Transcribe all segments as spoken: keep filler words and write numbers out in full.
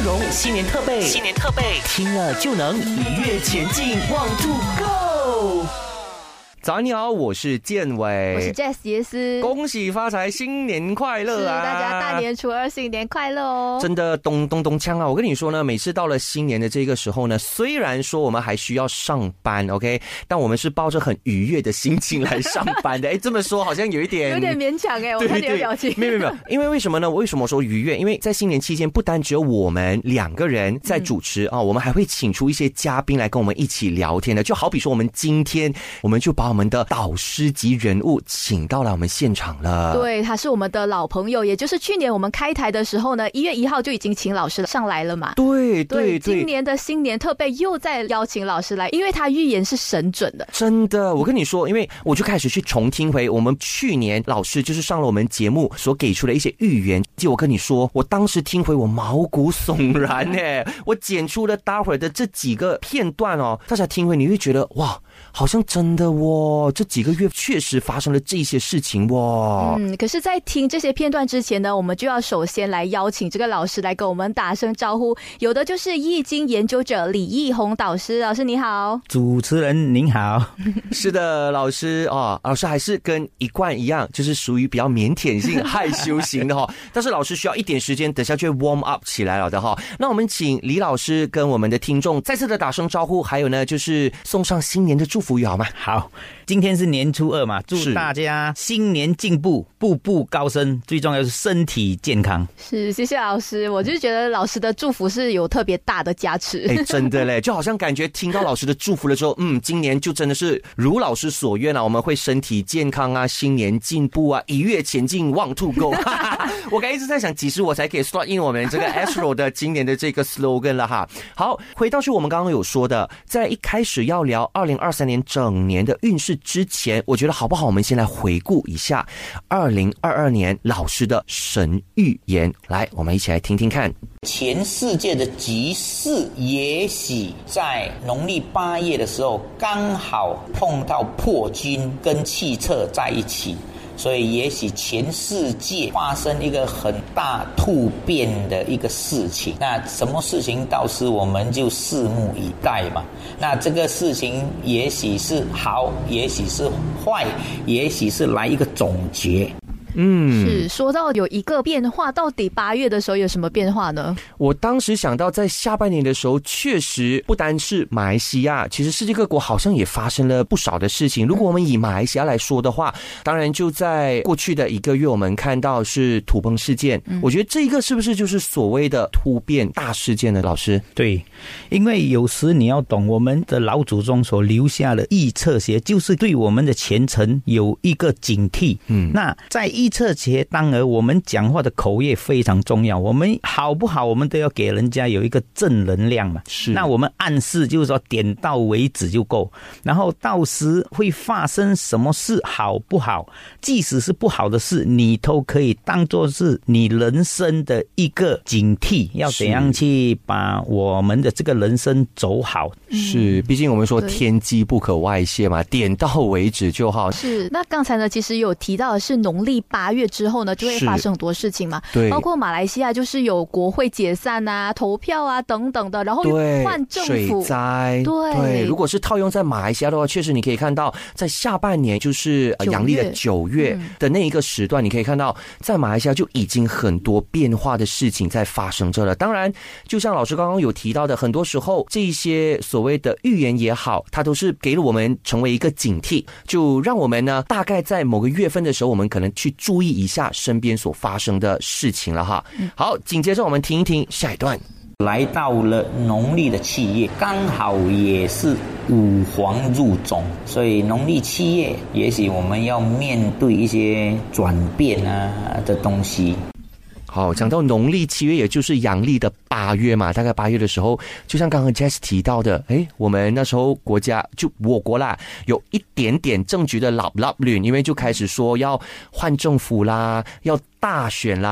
容新年特备，新年特备，听了就能愉悦前进 ，Want to go。早安，你好，我是建伟， 我是 Jess 耶斯， 恭喜发财，新年快乐啊！ 大家大年初二新年快乐哦！ 真的咚咚咚锵啊！我跟你说呢，每次到了新年的这个时候呢，虽然说我们还需要上班 ，OK， 但我们是抱着很愉悦的心情来上班的。哎，这么说好像有一点有点勉强哎，我看你的表情。 没有没有，因为为什么呢？为什么说愉悦？因为在新年期间，不单只有我们两个人在主持啊、嗯哦，我们还会请出一些嘉宾来跟我们一起聊天的。就好比说，我们今天我们就把我们的导师级人物请到了我们现场了。 对，他是我们的老朋友，也就是去年我们开台的时候呢，一月一号就已经请老师上来了嘛。 对对对， 今年的新年特备又再邀请老师来，因为他预言是神准的。 真的，我跟你说，因为我就开始去重听回我们去年老师就是上了我们节目所给出的一些预言。就我跟你说，我当时听回我毛骨悚然耶，我剪出了待会儿的这几个片段哦，大家听回你会觉得哇，好像真的哦，这几个月确实发生了这些事情哦。 嗯，可是在听这些片段之前呢，我们就要首先来邀请这个老师来跟我们打声招呼。有的就是易经研究者李义宏导师，老师你好。 主持人您好。 是的，老师哦，老师还是跟一贯一样，就是属于比较腼腆性、害羞型的哈、哦。但是老师需要一点时间，等下就会 warm up 起来了的哈、哦。那我们请李老师跟我们的听众再次的打声招呼，还有呢，就是送上新年的祝福语好吗？ 好，今天是年初二嘛，祝大家新年进步，步步高升，最重要是身体健康。 是，谢谢老师。我就觉得老师的祝福是有特别大的加持。 哎，真的嘞，就好像感觉听到老师的祝福了之后，嗯，今年就真的是如老师所愿啊，我们会身体健康啊，新年进步啊，一跃前进 ，Want to go。我刚一直在想，几时我才可以 slot in 我们这个 Astro 的今年的这个 slogan 了哈。好，回到去我们刚刚有说的，在一开始要聊二零二三年整年的运势之前，我觉得好不好？我们先来回顾一下二零二二年老师的神预言。来，我们一起来听听看。 全世界的局势也许在农历八月的时候刚好碰到破军跟汽车在一起，所以也许全世界发生一个很大突变的一个事情。那什么事情到时我们就拭目以待嘛。那这个事情也许是好，也许是坏，也许是来一个总结。 嗯， 是说到有一个变化，到底八月的时候有什么变化呢？ 我当时想到在下半年的时候，确实不单是马来西亚，其实世界各国好像也发生了不少的事情。如果我们以马来西亚来说的话，当然就在过去的一个月，我们看到是土崩事件、嗯、我觉得这个是不是就是所谓的突变大事件呢？老师， 对，因为有时你要懂，我们的老祖宗所留下的预测学，就是对我们的前程有一个警惕。嗯，那在预测学，当然我们讲话的口业非常重要，我们好不好，我们都要给人家有一个正能量嘛。是，那我们暗示就是说点到为止就够，然后到时会发生什么事好不好，即使是不好的事，你都可以当作是你人生的一个警惕，要怎样去把我们的这个人生走好。 是，毕竟我们说天机不可外泄嘛，点到为止就好。 是，那刚才呢其实有提到的是农历八月之后呢，就会发生很多事情嘛。对，包括马来西亚就是有国会解散啊、投票啊等等的，然后换政府、 水灾。对, 对，如果是套用在马来西亚的话，确实你可以看到，在下半年就是阳历的九月的那一个时段，你可以看到在马来西亚就已经很多变化的事情在发生着了。当然，就像老师刚刚有提到的，很多时候这一些所谓的预言也好，它都是给了我们成为一个警惕，就让我们呢大概在某个月份的时候，我们可能去注意一下身边所发生的事情了哈。好，紧接着我们听一听下一段。 来到了农历的七月，刚好也是五黄入中，所以农历七月也许我们要面对一些转变啊的东西。 好，讲到农历七月，也就是阳历的八月嘛，大概八月的时候，就像刚刚 Jess 提到的，诶，我们那时候国家就我国啦，有一点点政局的老老乱，因为就开始说要换政府啦，要大选啦。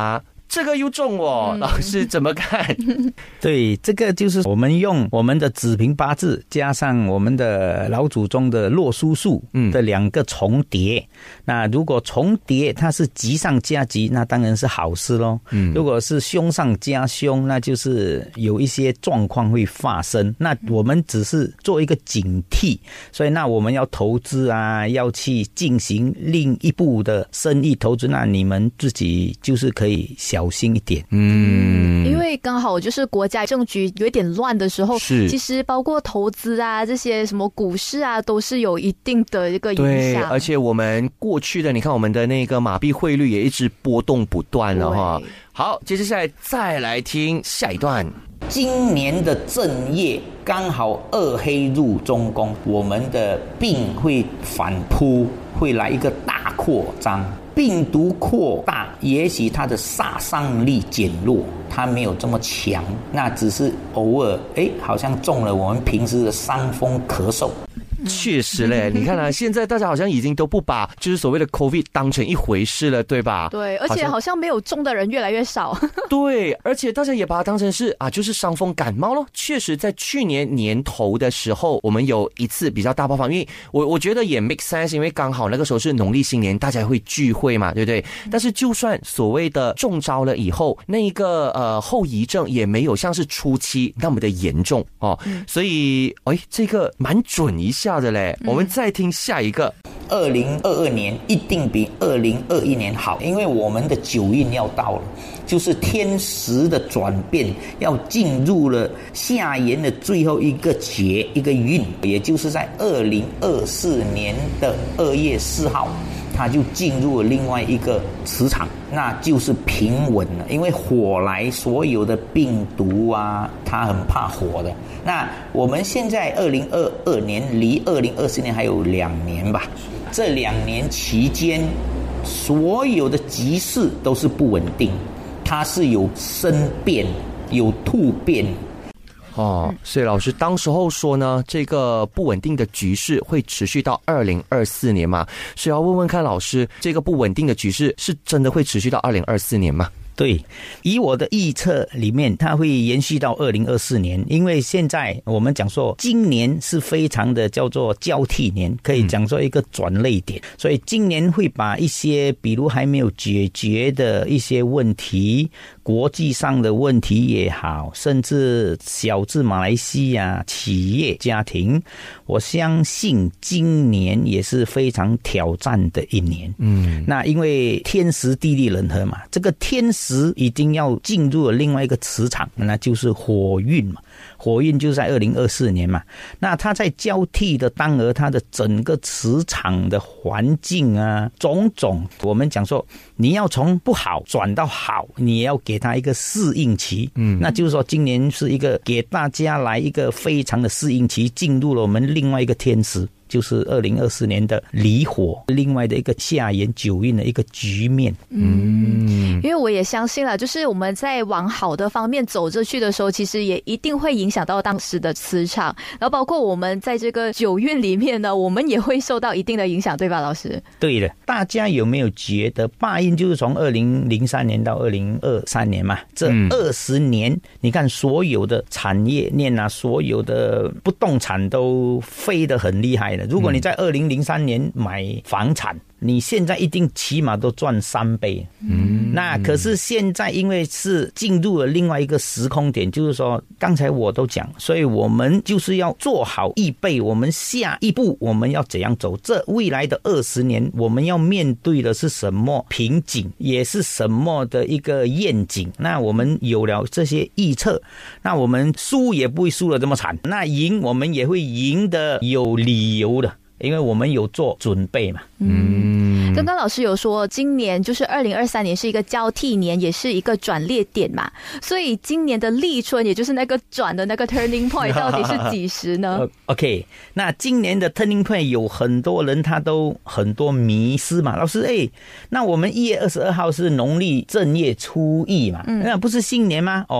这个又中哦，老师怎么看？ 对，这个就是我们用我们的子平八字加上我们的老祖宗的洛书数的两个重叠。嗯、那如果重叠，它是吉上加吉，那当然是好事咯。嗯，如果是凶上加凶，那就是有一些状况会发生。那我们只是做一个警惕，所以那我们要投资啊，要去进行另一步的生意投资，那你们自己就是可以小心一点。 嗯，因为刚好就是国家政局有一点乱的时候，是其实包括投资啊，这些什么股市啊，都是有一定的一个影响。 对，而且我们过去的你看我们的那个马币汇率也一直波动不断了哈。好，接下来再来听下一段。 今年的正月刚好二黑入中宫，我们的病会反扑，会来一个大扩张。病毒扩大，也许它的杀伤力减弱，它没有这么强，那只是偶尔，哎，好像中了我们平时的伤风咳嗽。 确实嘞，你看啊，现在大家好像已经都不把就是所谓的 COVID 当成一回事了，对吧？ 对，而且好像没有中的人越来越少。 对，而且大家也把它当成是啊，就是伤风感冒咯。确实，在去年年头的时候，我们有一次比较大爆发，因为我我觉得也 make sense， 因为刚好那个时候是农历新年，大家会聚会嘛，对不对？但是就算所谓的中招了以后，那一个呃后遗症也没有像是初期那么的严重哦，嗯、所以哎，这个蛮准一下。的嘞，我们再听下一个。 二零二二年一定比二零二一年好，因为我们的九运要到了，就是天时的转变，要进入了下元的最后一个节一个运，也就是在二零二四年的二月四号。它就进入了另外一个磁场，那就是平稳了。因为火来，所有的病毒啊，它很怕火的。那我们现在二零二二年离二零二四年还有两年吧，这两年期间，所有的局势都是不稳定，它是有生变，有突变。 哦，所以老师当时候说呢，这个不稳定的局势会持续到二零二四年嘛？所以要问问看老师，这个不稳定的局势是真的会持续到二零二四年吗？ 对，以我的预测里面，它会延续到二零二四年，因为现在我们讲说，今年是非常的叫做交替年，可以讲说一个转捩点，嗯、所以今年会把一些比如还没有解决的一些问题，国际上的问题也好，甚至小至马来西亚企业家庭，我相信今年也是非常挑战的一年。嗯，那因为天时地利人和嘛，这个天时已经要进入了另外一个磁场，那就是火运嘛。火运就在二零二四年嘛，那它在交替的当儿，它的整个磁场的环境啊，种种，我们讲说，你要从不好转到好，你也要给它一个适应期。嗯，那就是说，今年是一个给大家来一个非常的适应期，进入了我们另外一个天时。就是二零二四年的离火，另外的一个下元九运的一个局面。 嗯，因为我也相信了，就是我们在往好的方面走着去的时候，其实也一定会影响到当时的磁场，然后包括我们在这个九运里面呢，我们也会受到一定的影响，对吧，老师？ 对的，大家有没有觉得罢运就是从二零零三年到二零二三年嘛，这二十年，嗯、你看所有的产业链啊，所有的不动产都飞得很厉害。如果你在二零零三年买房产，你现在一定起码都赚三倍。嗯，那可是现在因为是进入了另外一个时空点，就是说刚才我都讲，所以我们就是要做好预备，我们下一步我们要怎样走？这未来的二十年，我们要面对的是什么瓶颈，也是什么的一个愿景？那我们有了这些预测，那我们输也不会输得这么惨，那赢我们也会赢得有理由的。因为我们有做准备嘛。 嗯，刚刚老师有说，今年就是二零二三年是一个交替年，也是一个转捩点嘛。所以今年的立春，也就是那个转的那个 turning point， 到底是几时呢 ？OK， 那今年的 turning point 有很多人他都很多迷思嘛。老师，哎，那我们一月二十二号是农历正月初一嘛，嗯、那不是新年吗？哦。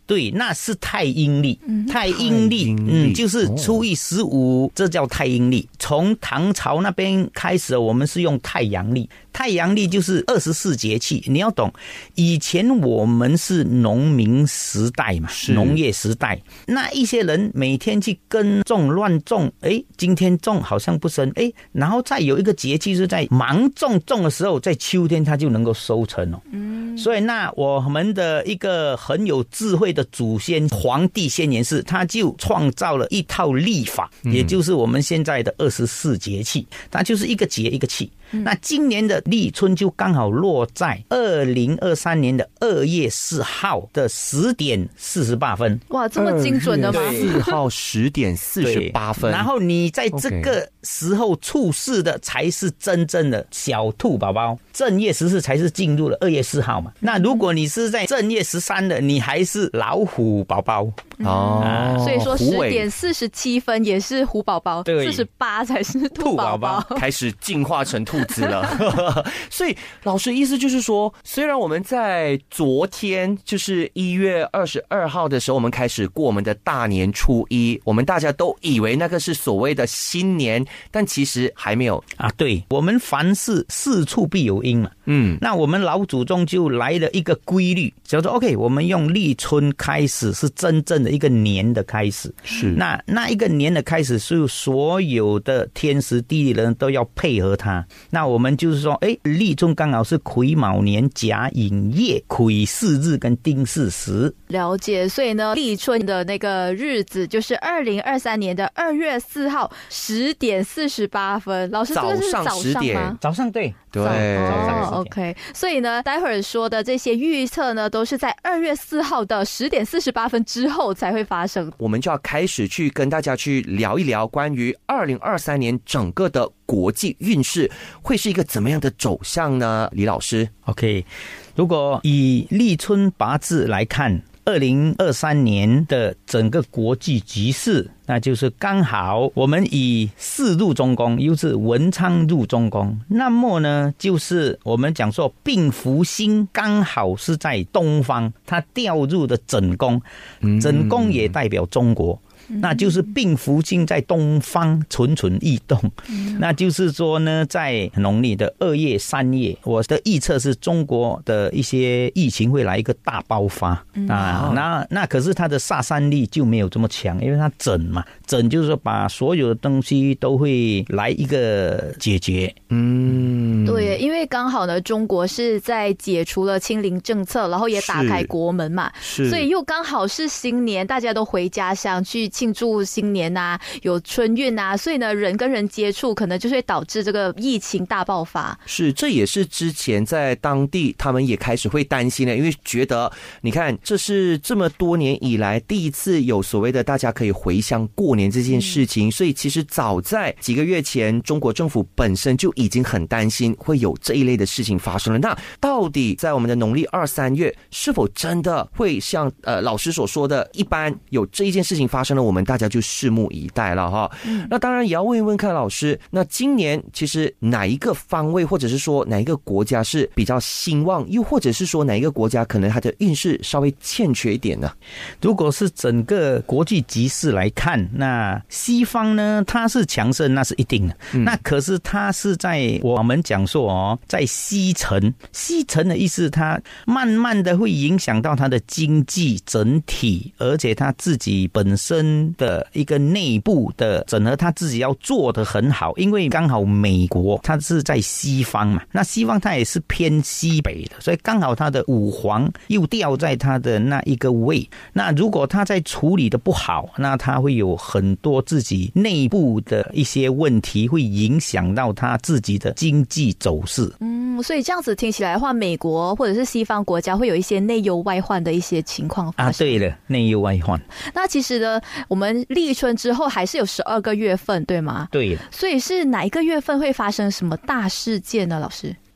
对，那是太阴历，太阴历，嗯，就是初一十五，哦，这叫太阴历。从唐朝那边开始，我们是用太阳历。太阳历就是二十四节气，你要懂。以前我们是农民时代嘛，农业时代，那一些人每天去耕种乱种，哎，今天种好像不生，哎，然后再有一个节气是在忙种种的时候，在秋天它就能够收成哦。嗯，所以那我们的一个很有智慧的祖先黄帝先元氏，他就创造了一套历法，也就是我们现在的二十四节气，它就是一个节一个气。那今年的立春就刚好落在二零二三年的二月四号的十点四十八分。 哇，这么精准的吗？ 四号十点四十八分。 然后你在这个时候出世的才是真正的小兔宝宝，正月十四才是进入了二月四号嘛。那如果你是在正月十三的，你还是老虎宝宝哦。嗯，所以说十点四十七分也是虎宝宝，四十八才是兔宝宝， 开始进化成兔子了。所以老师意思就是说，虽然我们在昨天就是一月二十二号的时候，我们开始过我们的大年初一，我们大家都以为那个是所谓的新年，但其实还没有啊。对，我们凡事事出必有因嘛。嗯，那我们老祖宗就来了一个规律，叫做 OK， 我们用立春开始是真正的一个年的开始。 是， 那那一个年的开始是所有的天时地利人都要配合它。那我们就是说，哎，立春刚好是癸卯年甲寅月癸巳日跟丁巳时。 了解，所以呢，立春的那个日子就是二零二三年的二月四号十点四十八分。老师，这个是早上吗？ 早上对。 对， 哦 ，OK， 所以呢，待会儿说的这些预测呢，都是在二月四号的十点四十八分之后才会发生。 我们就要开始去跟大家去聊一聊关于二零二三年整个的国际运势会是一个怎么样的走向呢？李老师 ，OK， 如果以立春八字来看，二零二三年的整个国际局势，那就是刚好我们以巳入中宫，又是文昌入中宫，那么呢，就是我们讲说病符星刚好是在东方，它调入的整宫，整宫也代表中国。那就是病符星在东方蠢蠢欲动，那就是说呢，在农历的二月、三月，我的预测是中国的一些疫情会来一个大爆发啊。那那可是它的杀伤力就没有这么强，因为它整嘛，整就是说把所有的东西都会来一个解决。 嗯，对，因为刚好呢，中国是在解除了清零政策，然后也打开国门嘛，是，所以又刚好是新年，大家都回家乡去庆祝新年啊，有春运啊，所以呢，人跟人接触可能就会导致这个疫情大爆发。 是，这也是之前在当地他们也开始会担心的，因为觉得你看，这是这么多年以来第一次有所谓的大家可以回乡过年这件事情，嗯，所以其实早在几个月前，中国政府本身就已经很担心会有这一类的事情发生了。那到底在我们的农历二三月，是否真的会像呃老师所说的，一般有这一件事情发生了？我们大家就拭目以待了哈。嗯，那当然也要问一问看老师，那今年其实哪一个方位，或者是说哪一个国家是比较兴旺，又或者是说哪一个国家可能它的运势稍微欠缺一点呢？ 如果是整个国际局势来看，那西方呢，它是强盛，那是一定的。嗯，那可是它是在我们讲说哦，在西沉，西沉的意思，它慢慢的会影响到它的经济整体，而且它自己本身的一个内部的整合，他自己要做得很好，因为刚好美国它是在西方嘛，那西方它也是偏西北的，所以刚好它的五黄又掉在它的那一个位，那如果它在处理的不好，那它会有很多自己内部的一些问题，会影响到它自己的经济走势。 嗯，所以这样子听起来的话，美国或者是西方国家会有一些内忧外患的一些情况发生啊。 对了，内忧外患。 那其实呢，我们立春之后还是有十二个月份，对吗？ 对。 所以是哪一个月份会发生什么大事件呢？老师？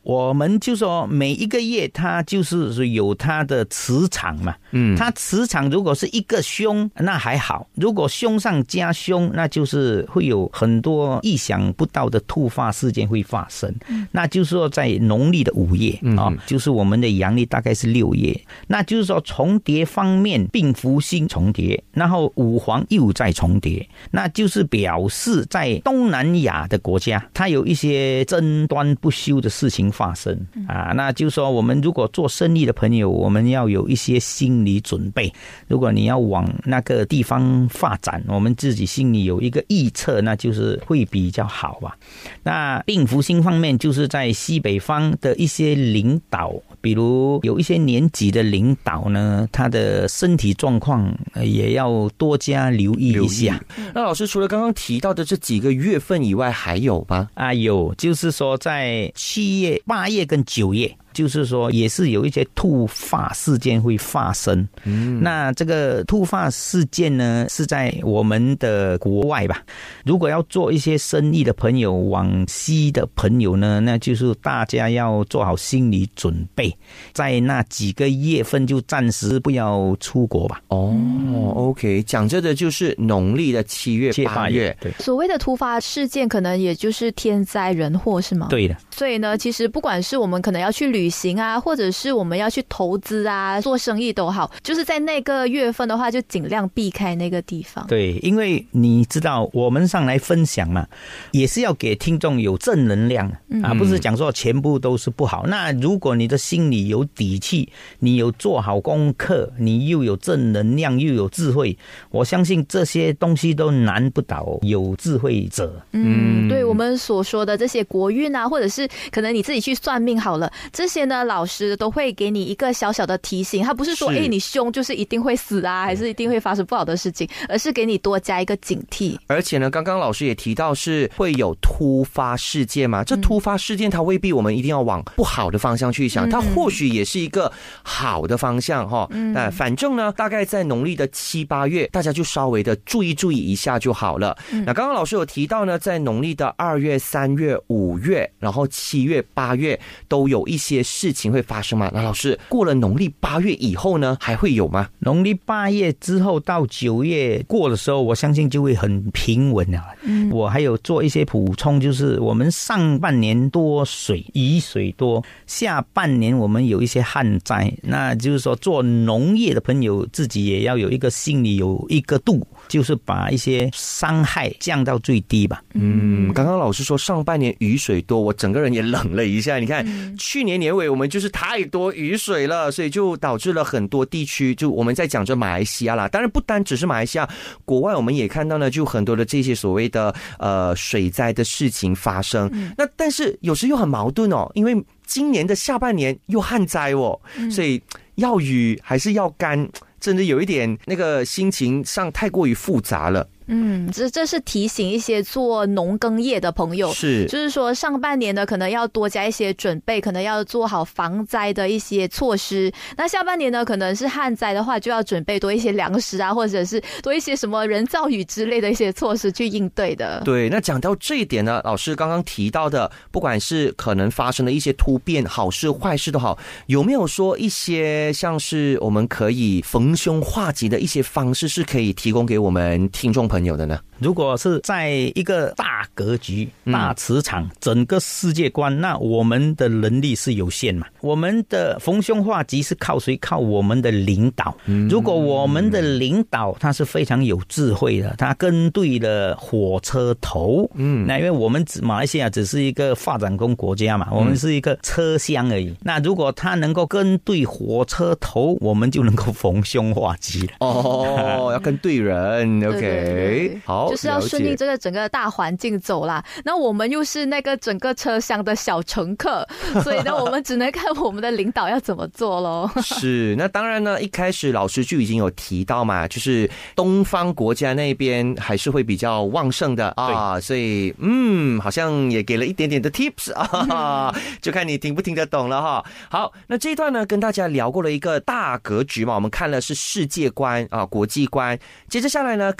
我们就说每一个月它就是有它的磁场嘛，嗯，它磁场如果是一个凶那还好，如果凶上加凶，那就是会有很多意想不到的突发事件会发生。嗯、那就是说在农历的五月啊、嗯哦，就是我们的阳历大概是六月，那就是说重叠方面，病符星重叠，然后五黄又再重叠，那就是表示在东南亚的国家，它有一些争端不休的事情发生啊，那就是说我们如果做生意的朋友，我们要有一些心理准备。如果你要往那个地方发展，我们自己心里有一个预测，那就是会比较好吧。那病符星方面，就是在西北方的一些领导，比如有一些年纪的领导呢，他的身体状况也要多加留意一下。 那老师除了刚刚提到的这几个月份以外，还有吗？ 啊，有，就是说在七月、八月跟九月。就是说也是有一些突发事件会发生，嗯，那这个突发事件呢是在我们的国外吧。如果要做一些生意的朋友，往西的朋友呢，那就是大家要做好心理准备，在那几个月份就暂时不要出国吧。 哦 ，OK， 讲这的就是农历的七月、八月。 对， 所谓的突发事件，可能也就是天灾人祸，是吗？ 对的。 所以呢，其实不管是我们可能要去旅行啊，或者是我们要去投资啊、做生意都好，就是在那个月份的话，就尽量避开那个地方。 对，因为你知道我们上来分享嘛，也是要给听众有正能量啊，不是讲说全部都是不好。那如果你的心里有底气，你有做好功课，你又有正能量，又有智慧，我相信这些东西都难不倒有智慧者。 嗯，对，我们所说的这些国运啊，或者是可能你自己去算命好了，这些呢老师都会给你一个小小的提醒，他不是说哎、欸、你凶就是一定会死啊，还是一定会发生不好的事情，而是给你多加一个警惕。 而且呢，刚刚老师也提到是会有突发事件嘛，这突发事件它未必我们一定要往不好的方向去想，它或许也是一个好的方向哈。嗯，那反正呢，大概在农历的七八月，大家就稍微的注意注意一下就好了。嗯、那刚刚老师有提到呢，在农历的二月、三月、五月，然后七月、八月都有一些事情会发生吗？那老师过了农历八月以后呢，还会有吗？ 农历八月之后到九月过的时候，我相信就会很平稳了。嗯，我还有做一些补充，就是我们上半年多水，雨水多，下半年我们有一些旱灾，那就是说做农业的朋友自己也要有一个心里有一个度，就是把一些伤害降到最低吧。 嗯，刚刚老师说上半年雨水多，我整个人也冷了一下。你看、嗯、去年年尾我们就是太多雨水了，所以就导致了很多地区，就我们在讲着马来西亚啦，当然不单只是马来西亚，国外我们也看到呢，就很多的这些所谓的呃水灾的事情发生、嗯、那但是有时又很矛盾哦，因为今年的下半年又旱灾哦、嗯、所以要雨还是要干，真的有一点那个心情上太过于复杂了。 嗯，这这是提醒一些做农耕业的朋友， 是， 就是说上半年呢，可能要多加一些准备，可能要做好防灾的一些措施。那下半年呢，可能是旱灾的话，就要准备多一些粮食啊，或者是多一些什么人造雨之类的一些措施去应对的。 对，那讲到这一点呢，老师刚刚提到的，不管是可能发生的一些突变，好事坏事都好，有没有说一些像是我们可以逢凶化吉的一些方式，是可以提供给我们听众朋友的呢？ 如果是在一个大格局、大磁场、嗯、整个世界观，那我们的能力是有限嘛。我们的逢凶化吉是靠谁？靠我们的领导。嗯、如果我们的领导他是非常有智慧的，他跟对了火车头，嗯，那因为我们马来西亚只是一个发展中国家嘛，我们是一个车厢而已。嗯、那如果他能够跟对火车头，我们就能够逢凶化吉了。 哦，要跟对人 ，OK， 对对对， 好。 就是要顺应这个整个大环境走啦。那我们又是那个整个车厢的小乘客，所以呢，我们只能看我们的领导要怎么做咯。 是，那当然呢，一开始老师就已经有提到嘛，就是东方国家那边还是会比较旺盛的啊，所以嗯，好像也给了一点点的 tips 啊，就看你听不听得懂了哈。好，那这一段呢，跟大家聊过了一个大格局嘛，我们看了是世界观啊、国际观，接着下来呢，肯定呢，我们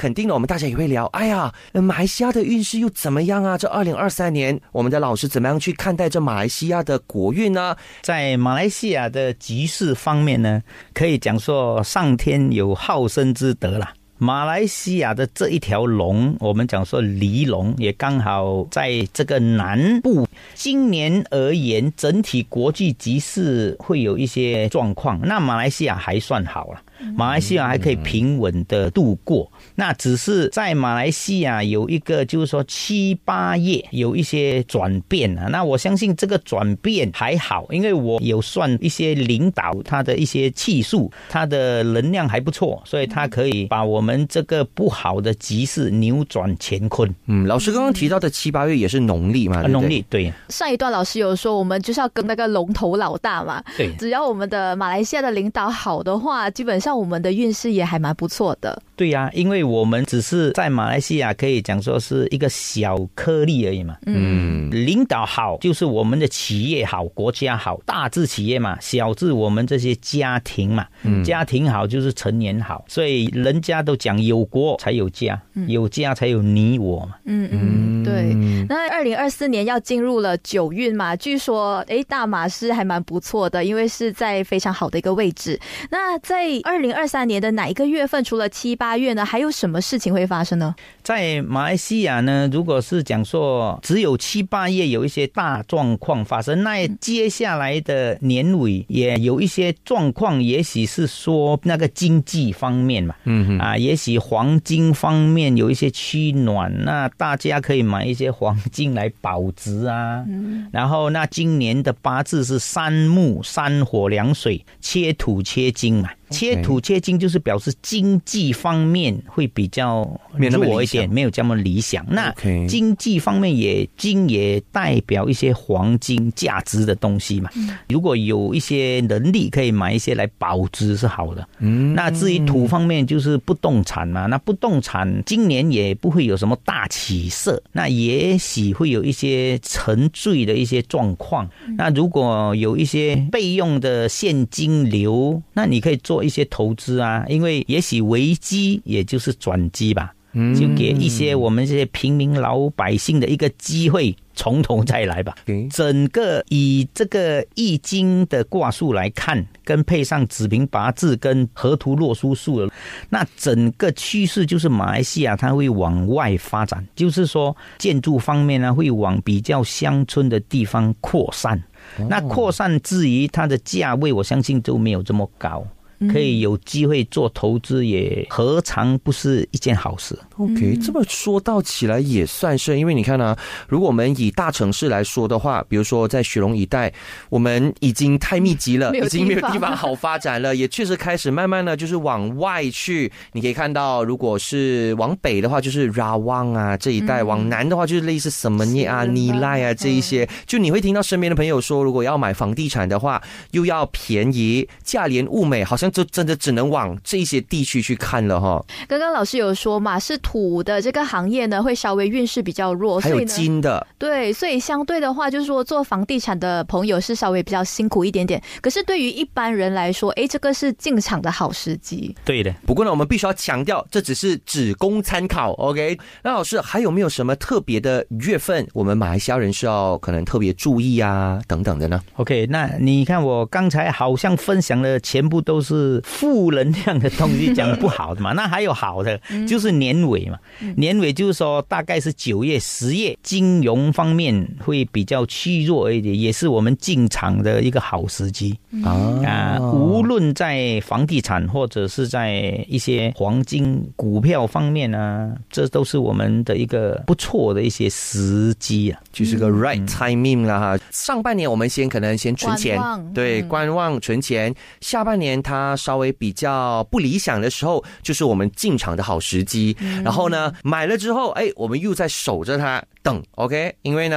大家也会聊，哎呀，马来西亚的运势又怎么样啊？这二零二三年，我们的老师怎么样去看待这马来西亚的国运呢？ 在马来西亚的局势方面呢，可以讲说上天有好生之德啦。马来西亚的这一条龙，我们讲说离龙，也刚好在这个南部。今年而言，整体国际局势会有一些状况，那马来西亚还算好了。马来西亚还可以平稳的度过，那只是在马来西亚有一个就是说七八月有一些转变啊。那我相信这个转变还好，因为我有算一些领导他的一些气数，他的能量还不错，所以他可以把我们这个不好的局势扭转乾坤。 嗯，老师刚刚提到的七八月也是农历嘛？对不对？ 农历对。 上一段老师有说，我们就是要跟那个龙头老大嘛。 对， 只要我们的马来西亚的领导好的话，基本上我们的运势也还蛮不错的。 对呀、啊，因为我们只是在马来西亚可以讲说是一个小颗粒而已嘛。嗯，领导好就是我们的企业好，国家好，大至企业嘛，小至我们这些家庭嘛。嗯，家庭好就是成年好，所以人家都讲有国才有家，嗯、有家才有你我嘛。 嗯嗯，对。那二零二四年要进入了九运嘛，据说哎大马是还蛮不错的，因为是在非常好的一个位置。那在二零二三年的哪一个月份，除了七八月呢，还有什么事情会发生呢？ 在马来西亚呢，如果是讲说只有七八月有一些大状况发生，那接下来的年尾也有一些状况，也许是说那个经济方面嘛，嗯啊，也许黄金方面有一些趋暖，那大家可以买一些黄金来保值啊。嗯、然后那今年的八字是三木三火两水，缺土缺金嘛。缺土缺金就是表示经济方面会比较弱一点，没有这么理想。那经济方面也金也代表一些黄金价值的东西嘛。如果有一些能力可以买一些来保值是好的。那至于土方面就是不动产嘛，那不动产今年也不会有什么大起色，那也许会有一些沉醉的一些状况。那如果有一些备用的现金流，那你可以做一些投资啊，因为也许危机也就是转机吧，就给一些我们这些平民老百姓的一个机会，从头再来吧。整个以这个易经的卦数来看，跟配上子平八字跟河图洛书数，那整个趋势就是马来西亚它会往外发展，就是说建筑方面呢会往比较乡村的地方扩散。那扩散至于它的价位，我相信都没有这么高。可以有机会做投资，也何尝不是一件好事。 OK， 这么说到起来也算是，因为你看啊，如果我们以大城市来说的话，比如说在雪隆一带，我们已经太密集了，已经没有地方好发展了，也确实开始慢慢的就是往外去。你可以看到，如果是往北的话，就是 Rawang 啊这一带；往南的话，就是类似什么涅啊、尼赖啊这一些。就你会听到身边的朋友说，如果要买房地产的话，又要便宜，价廉物美，好像就真的只能往这些地区去看了哈。 刚刚老师有说嘛，是土的这个行业呢会稍微运势比较弱， 还有金的， 对，所以相对的话就是说做房地产的朋友是稍微比较辛苦一点点，可是对于一般人来说，哎，这个是进场的好时机。 对的， 不过呢我们必须要强调，这只是只供参考。 OK， 那老师还有没有什么特别的月份我们马来西亚人是要可能特别注意啊等等的呢？ OK， 那你看我刚才好像分享的全部都是负能量的东西，讲不好的嘛那还有好的，就是年尾嘛。年尾就是说大概是九月十月，金融方面会比较趋弱一点，也是我们进场的一个好时机啊、呃。无论在房地产或者是在一些黄金股票方面啊，这都是我们的一个不错的一些时机啊， 就是个 right timing 啦哈。上半年我们先可能先存钱，对，观望存钱。下半年它稍微比较不理想的时候，就是我们进场的好时机。然后呢，买了之后，哎，我们又在守着它等 ，OK？ 因为呢，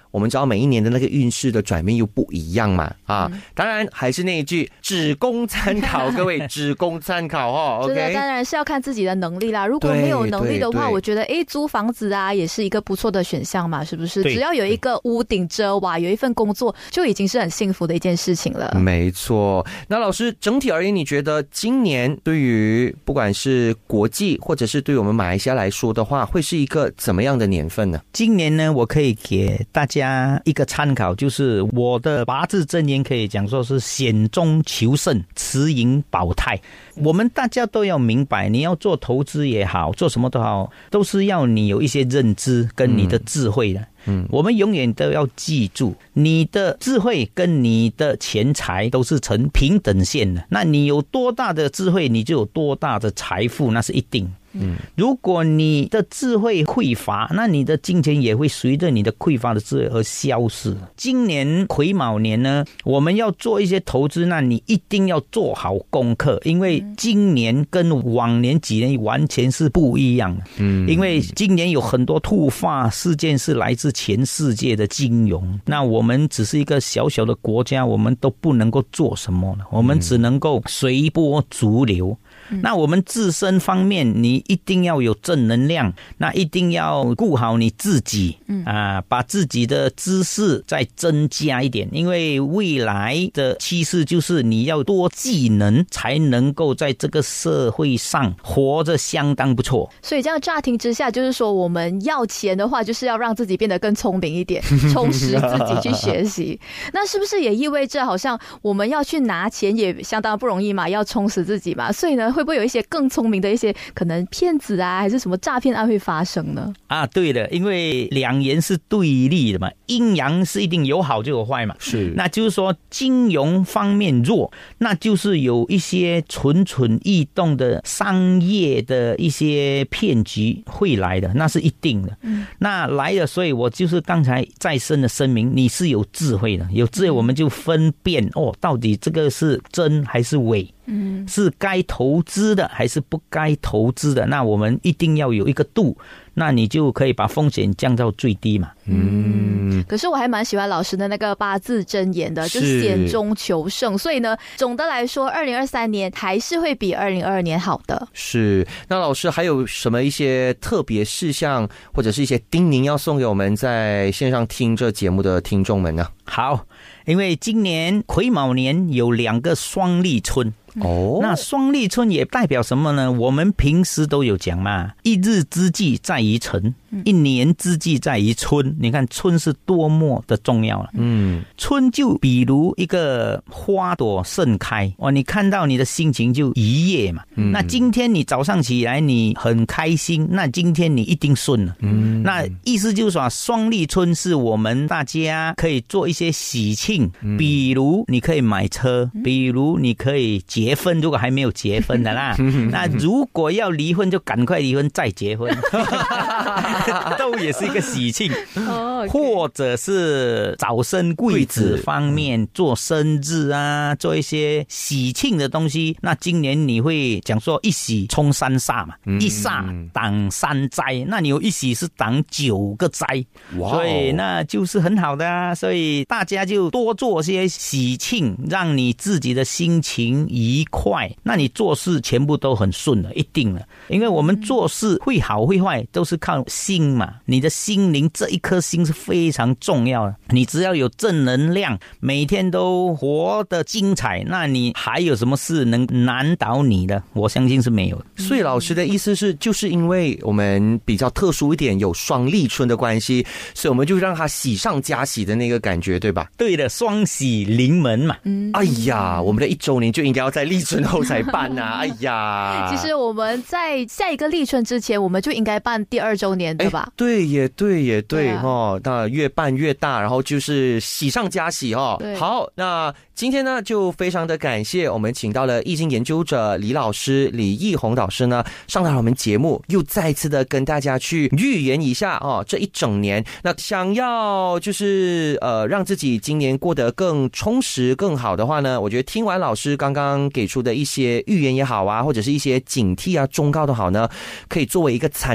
我们知道每一年的那个运势的转变又不一样嘛啊， 嗯、 当然还是那一句，只供参考，各位只供参考哦。 这个 OK， 当然是要看自己的能力啦。如果没有能力的话，我觉得哎，租房子啊也是一个不错的选项嘛，是不是？只要有一个屋顶遮瓦，有一份工作，就已经是很幸福的一件事情了。 没错。那老师整体而言，你觉得今年对于不管是国际或者是对我们马来西亚来说的话，会是一个怎么样的年份呢？ 今年呢，我可以给大家一个参考，就是我的八字真言可以讲说是险中求胜，持盈保泰。我们大家都要明白，你要做投资也好，做什么都好，都是要你有一些认知跟你的智慧的。嗯，我们永远都要记住，你的智慧跟你的钱财都是成平等线的。那你有多大的智慧，你就有多大的财富，那是一定。嗯，如果你的智慧匮乏，那你的金钱也会随着你的匮乏的智慧而消失。今年癸卯年呢，我们要做一些投资，那你一定要做好功课，因为今年跟往年几年完全是不一样的。嗯，因为今年有很多突发事件是来自全世界的金融，那我们只是一个小小的国家，我们都不能够做什么了，我们只能够随波逐流。那我们自身方面，你一定要有正能量，那一定要顾好你自己，啊，把自己的知识再增加一点，因为未来的趋势就是你要多技能，才能够在这个社会上活着相当不错。 所以这样乍听之下，就是说我们要钱的话，就是要让自己变得更聪明一点，充实自己去学习。那是不是也意味着好像我们要去拿钱也相当不容易嘛，要充实自己嘛？所以呢，会不会有一些更聪明的一些可能骗子啊，还是什么诈骗案会发生呢？ 啊，对的，因为两元是对立的嘛，阴阳是一定有好就有坏嘛。是，那就是说金融方面弱，那就是有一些蠢蠢欲动的商业的一些骗局会来的，那是一定的。嗯，那来了，所以我就是刚才再深的声明，你是有智慧的，有智慧我们就分辨哦，到底这个是真还是伪。嗯，是该投资的还是不该投资的？那我们一定要有一个度，那你就可以把风险降到最低嘛。 嗯，可是我还蛮喜欢老师的那个八字真言的，就是险中求胜。所以呢，总的来说，二零二三年还是会比二零二二年好的。 是，那老师还有什么一些特别事项，或者是一些叮咛要送给我们在线上听这节目的听众们呢？ 好，因为今年癸卯年有两个双立春。哦，那双立春也代表什么呢？我们平时都有讲嘛，一日之计在于晨，一年之计在于春。你看春是多么的重要了。嗯，春就比如一个花朵盛开，哦，你看到你的心情就愉悦嘛。嗯，那今天你早上起来你很开心，那今天你一定顺了。嗯，那意思就是说，双立春是我们大家可以做一些喜庆，嗯，比如你可以买车，比如你可以结婚，如果还没有结婚的啦，那如果要离婚就赶快离婚再结婚，都也是一个喜庆。哦， okay， 或者是早生贵子方面做生日啊，做一些喜庆的东西。那今年你会讲说一喜冲三煞嘛，嗯，一煞挡三灾，那你有一喜是挡九个灾，哇，所以那就是很好的啊。所以大家就多做些喜庆，让你自己的心情愉快，那你做事全部都很顺了，一定了。因为我们做事会好会坏都是靠心嘛，你的心灵这一颗心是非常重要的。你只要有正能量，每天都活得精彩，那你还有什么事能难倒你的？我相信是没有的。 所以老师的意思是，就是因为我们比较特殊一点，有双立春的关系，所以我们就让它喜上加喜的那个感觉，对吧？ 对的，双喜临门嘛。 嗯， 哎呀，我们的一周年就应该要在立春后才办啊！哎呀， 其实我们在下一个立春之前，我们就应该办第二周年，对吧？ 对也对也对，对啊，哦，那越办越大，然后就是喜上加喜哦。好，那今天呢就非常的感谢我们请到了易经研究者李老师李义宏导师呢上到我们节目，又再次的跟大家去预言一下哦这一整年。那想要就是呃让自己今年过得更充实更好的话呢，我觉得听完老师刚刚给出的一些预言也好啊，或者是一些警惕啊忠告都好呢，可以作为一个参考哈，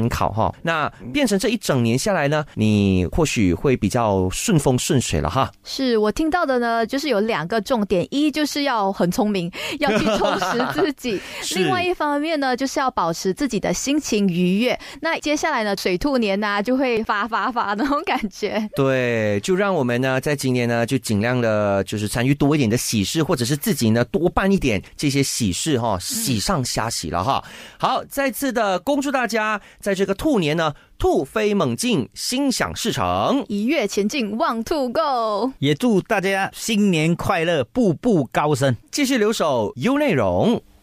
哈。那变成这一整年下来呢，你或许会比较顺风顺水了哈。 是我听到的呢，就是有两个重点，一就是要很聪明，要去充实自己另外一方面呢，就是要保持自己的心情愉悦。那接下来呢，水兔年呢、啊、就会发发发那种感觉。 对，就让我们呢在今年呢就尽量的就是参与多一点的喜事，或者是自己呢多办一点这些喜事哈，喜上加喜了哈。好，再次的恭祝大家在这个兔年呢突飞猛进，心想事成， 一跃前进，望兔 go。 也祝大家新年快乐，步步高升。 继续留守优内容。